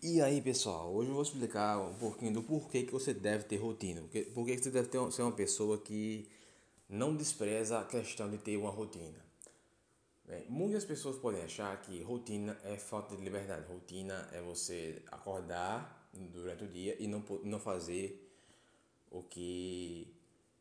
E aí, pessoal, hoje eu vou explicar um pouquinho do porquê que você deve ter rotina. Por que que você deve ser uma pessoa que não despreza a questão de ter uma rotina. Bem, muitas pessoas podem achar que rotina é falta de liberdade. Rotina é você acordar durante o dia e não fazer o que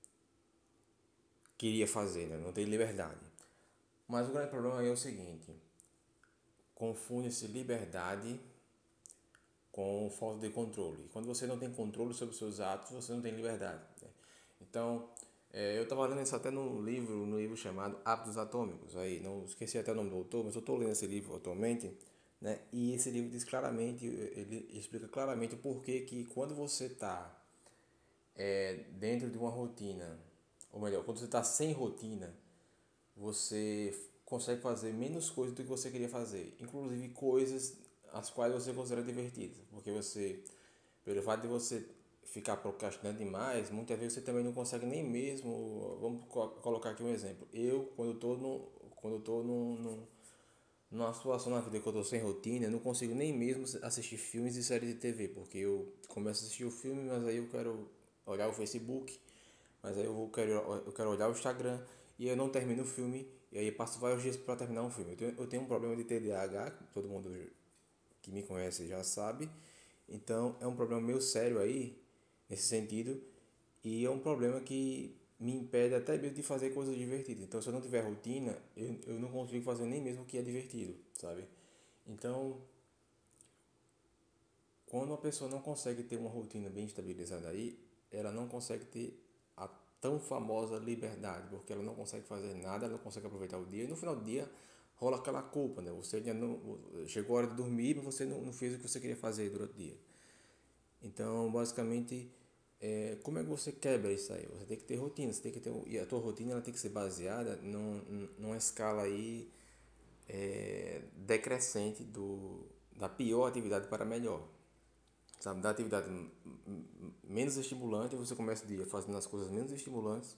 queria fazer, né? Não ter liberdade. Mas o grande problema é o seguinte: confunde-se liberdade com falta de controle. E quando você não tem controle sobre os seus atos, você não tem liberdade, né? Então, eu estava lendo isso até no livro chamado Hábitos Atômicos. Aí, não esqueci até o nome do autor, mas eu estou lendo esse livro atualmente, né? E esse livro diz claramente, ele explica claramente o porquê que quando você está dentro de uma rotina, ou melhor, quando você está sem rotina, você consegue fazer menos coisas do que você queria fazer, inclusive coisas as quais você considera divertidas, porque você, pelo fato de você ficar procrastinando demais, muitas vezes você também não consegue nem mesmo, vamos colocar aqui um exemplo, eu quando eu estou numa situação na vida que eu estou sem rotina, eu não consigo nem mesmo assistir filmes e séries de TV, porque eu começo a assistir o filme, mas aí eu quero olhar o Facebook, mas aí eu quero olhar o Instagram e eu não termino o filme, e aí passo vários dias para terminar um filme. Eu tenho um problema de TDAH, todo mundo que me conhece já sabe, então é um problema meio sério aí, nesse sentido, e é um problema que me impede até mesmo de fazer coisas divertidas. Então, se eu não tiver rotina, eu não consigo fazer nem mesmo o que é divertido, sabe? Então, quando uma pessoa não consegue ter uma rotina bem estabilizada aí, ela não consegue ter a tão famosa liberdade, porque ela não consegue fazer nada, ela não consegue aproveitar o dia, e no final do dia rola aquela culpa, né? Você já não, chegou a hora de dormir, mas você não fez o que você queria fazer durante o dia. Então, basicamente, como é que você quebra isso aí? Você tem que ter rotina, você tem que ter, e a tua rotina ela tem que ser baseada numa escala aí decrescente da pior atividade para a melhor. Sabe, da atividade menos estimulante, você começa o dia fazendo as coisas menos estimulantes,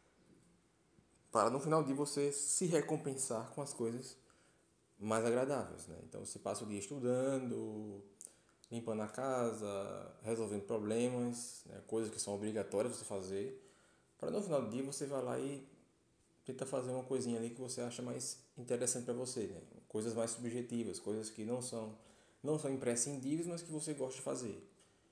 para no final do dia você se recompensar com as coisas mais agradáveis, né? Então você passa o dia estudando, limpando a casa, resolvendo problemas, né? Coisas que são obrigatórias você fazer, para no final do dia você vai lá e tenta fazer uma coisinha ali que você acha mais interessante para você, né? Coisas mais subjetivas, coisas que não são imprescindíveis, mas que você gosta de fazer,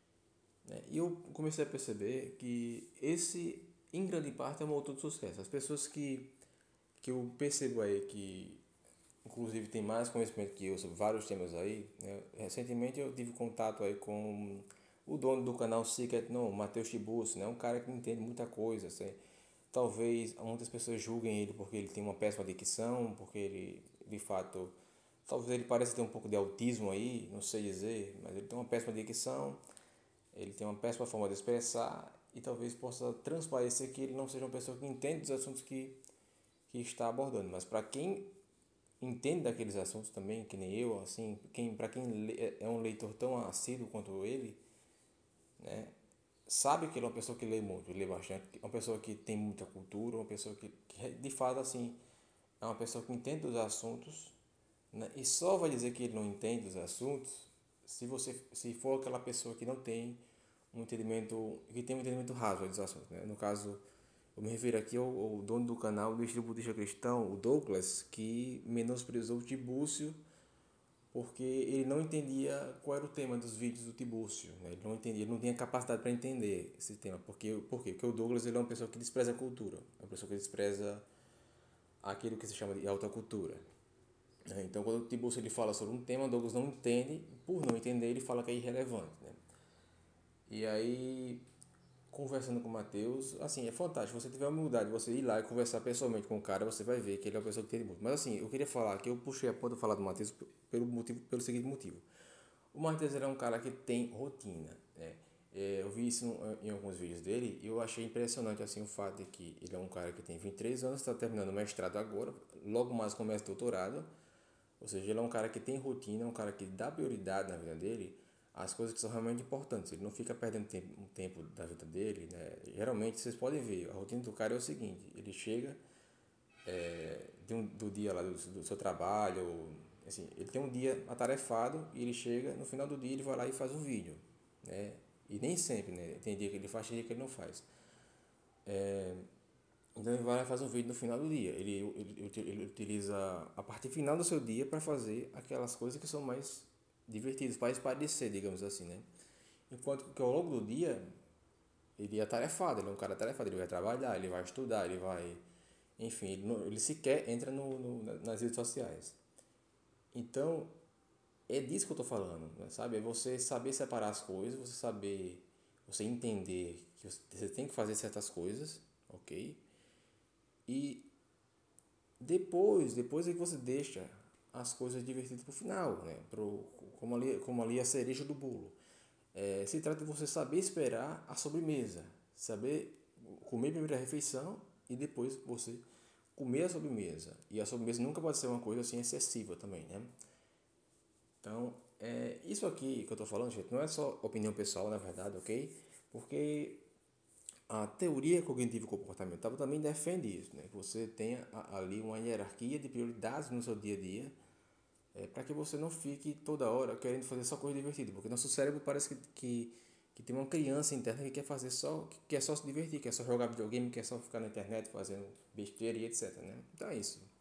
né? E eu comecei a perceber que esse, em grande parte, é um motor de sucesso. As pessoas que eu percebo aí que, inclusive, tem mais conhecimento que eu sobre vários temas aí, né? Recentemente eu tive contato aí com o dono do canal Secret, não, o Matheus Tiburcio, né? Um cara que entende muita coisa, assim. Talvez muitas pessoas julguem ele porque ele tem uma péssima dicção, porque ele, de fato, talvez ele pareça ter um pouco de autismo aí, não sei dizer, mas ele tem uma péssima dicção, ele tem uma péssima forma de expressar e talvez possa transparecer que ele não seja uma pessoa que entende dos assuntos que está abordando. Mas para quem entende daqueles assuntos também, que nem eu, assim, para quem é um leitor tão assíduo quanto ele, né, sabe que ele é uma pessoa que lê muito, lê bastante, uma pessoa que tem muita cultura, uma pessoa que de fato assim é uma pessoa que entende dos assuntos, né, e só vai dizer que ele não entende dos assuntos se for aquela pessoa que não tem um entendimento, que tem um entendimento raso dos assuntos, né? No caso, eu me refiro aqui ao dono do canal, do Estilo Budista Cristão, o Douglas, que menosprezou o Tibúrcio porque ele não entendia qual era o tema dos vídeos do Tibúrcio, né? Ele não entendia, ele não tinha capacidade para entender esse tema. Por quê? Porque o Douglas ele é uma pessoa que despreza a cultura, é uma pessoa que despreza aquilo que se chama de alta cultura, né? Então, quando o Tibúrcio ele fala sobre um tema, o Douglas não entende, por não entender, ele fala que é irrelevante, né? E aí, conversando com o Matheus, assim, é fantástico. Se você tiver a humildade de você ir lá e conversar pessoalmente com o cara, você vai ver que ele é uma pessoa que tem muito. Mas assim, eu queria falar que eu puxei a ponta falar do Matheus pelo seguinte motivo. O Matheus é um cara que tem rotina, né? Eu vi isso em alguns vídeos dele e eu achei impressionante assim o fato de que ele é um cara que tem 23 anos, está terminando o mestrado agora, logo mais começa o doutorado, ou seja, ele é um cara que tem rotina, é um cara que dá prioridade na vida dele às coisas que são realmente importantes. Ele não fica perdendo um tempo da vida dele, né? Geralmente, vocês podem ver, a rotina do cara é o seguinte, ele chega do dia lá do seu trabalho, assim, ele tem um dia atarefado e ele chega, no final do dia ele vai lá e faz um vídeo, né? E nem sempre, né? Tem dia que ele faz, tem dia que ele não faz. Então ele vai lá e faz um vídeo no final do dia. Ele utiliza a parte final do seu dia para fazer aquelas coisas que são mais divertidas, para espairecer, digamos assim, né? Enquanto que ao longo do dia, ele é atarefado, ele é um cara atarefado, ele vai trabalhar, ele vai estudar, ele vai... Enfim, ele sequer entra nas redes sociais. Então, é disso que eu estou falando, né? Sabe? É você saber separar as coisas, você entender que você tem que fazer certas coisas, ok? E depois é que você deixa as coisas divertidas para o final, né? Como ali a cereja do bolo. Se trata de você saber esperar a sobremesa, saber comer a primeira refeição e depois você comer a sobremesa. E a sobremesa nunca pode ser uma coisa assim excessiva também, né? Então, isso aqui que eu estou falando, gente, não é só opinião pessoal, na verdade, ok? Porque a teoria cognitivo-comportamental também defende isso, né? Que você tenha ali uma hierarquia de prioridades no seu dia a dia, para que você não fique toda hora querendo fazer só coisa divertida, porque nosso cérebro parece que tem uma criança interna que quer fazer só, que quer só se divertir, quer só jogar videogame, quer só ficar na internet fazendo besteira e etc, né? Então é isso.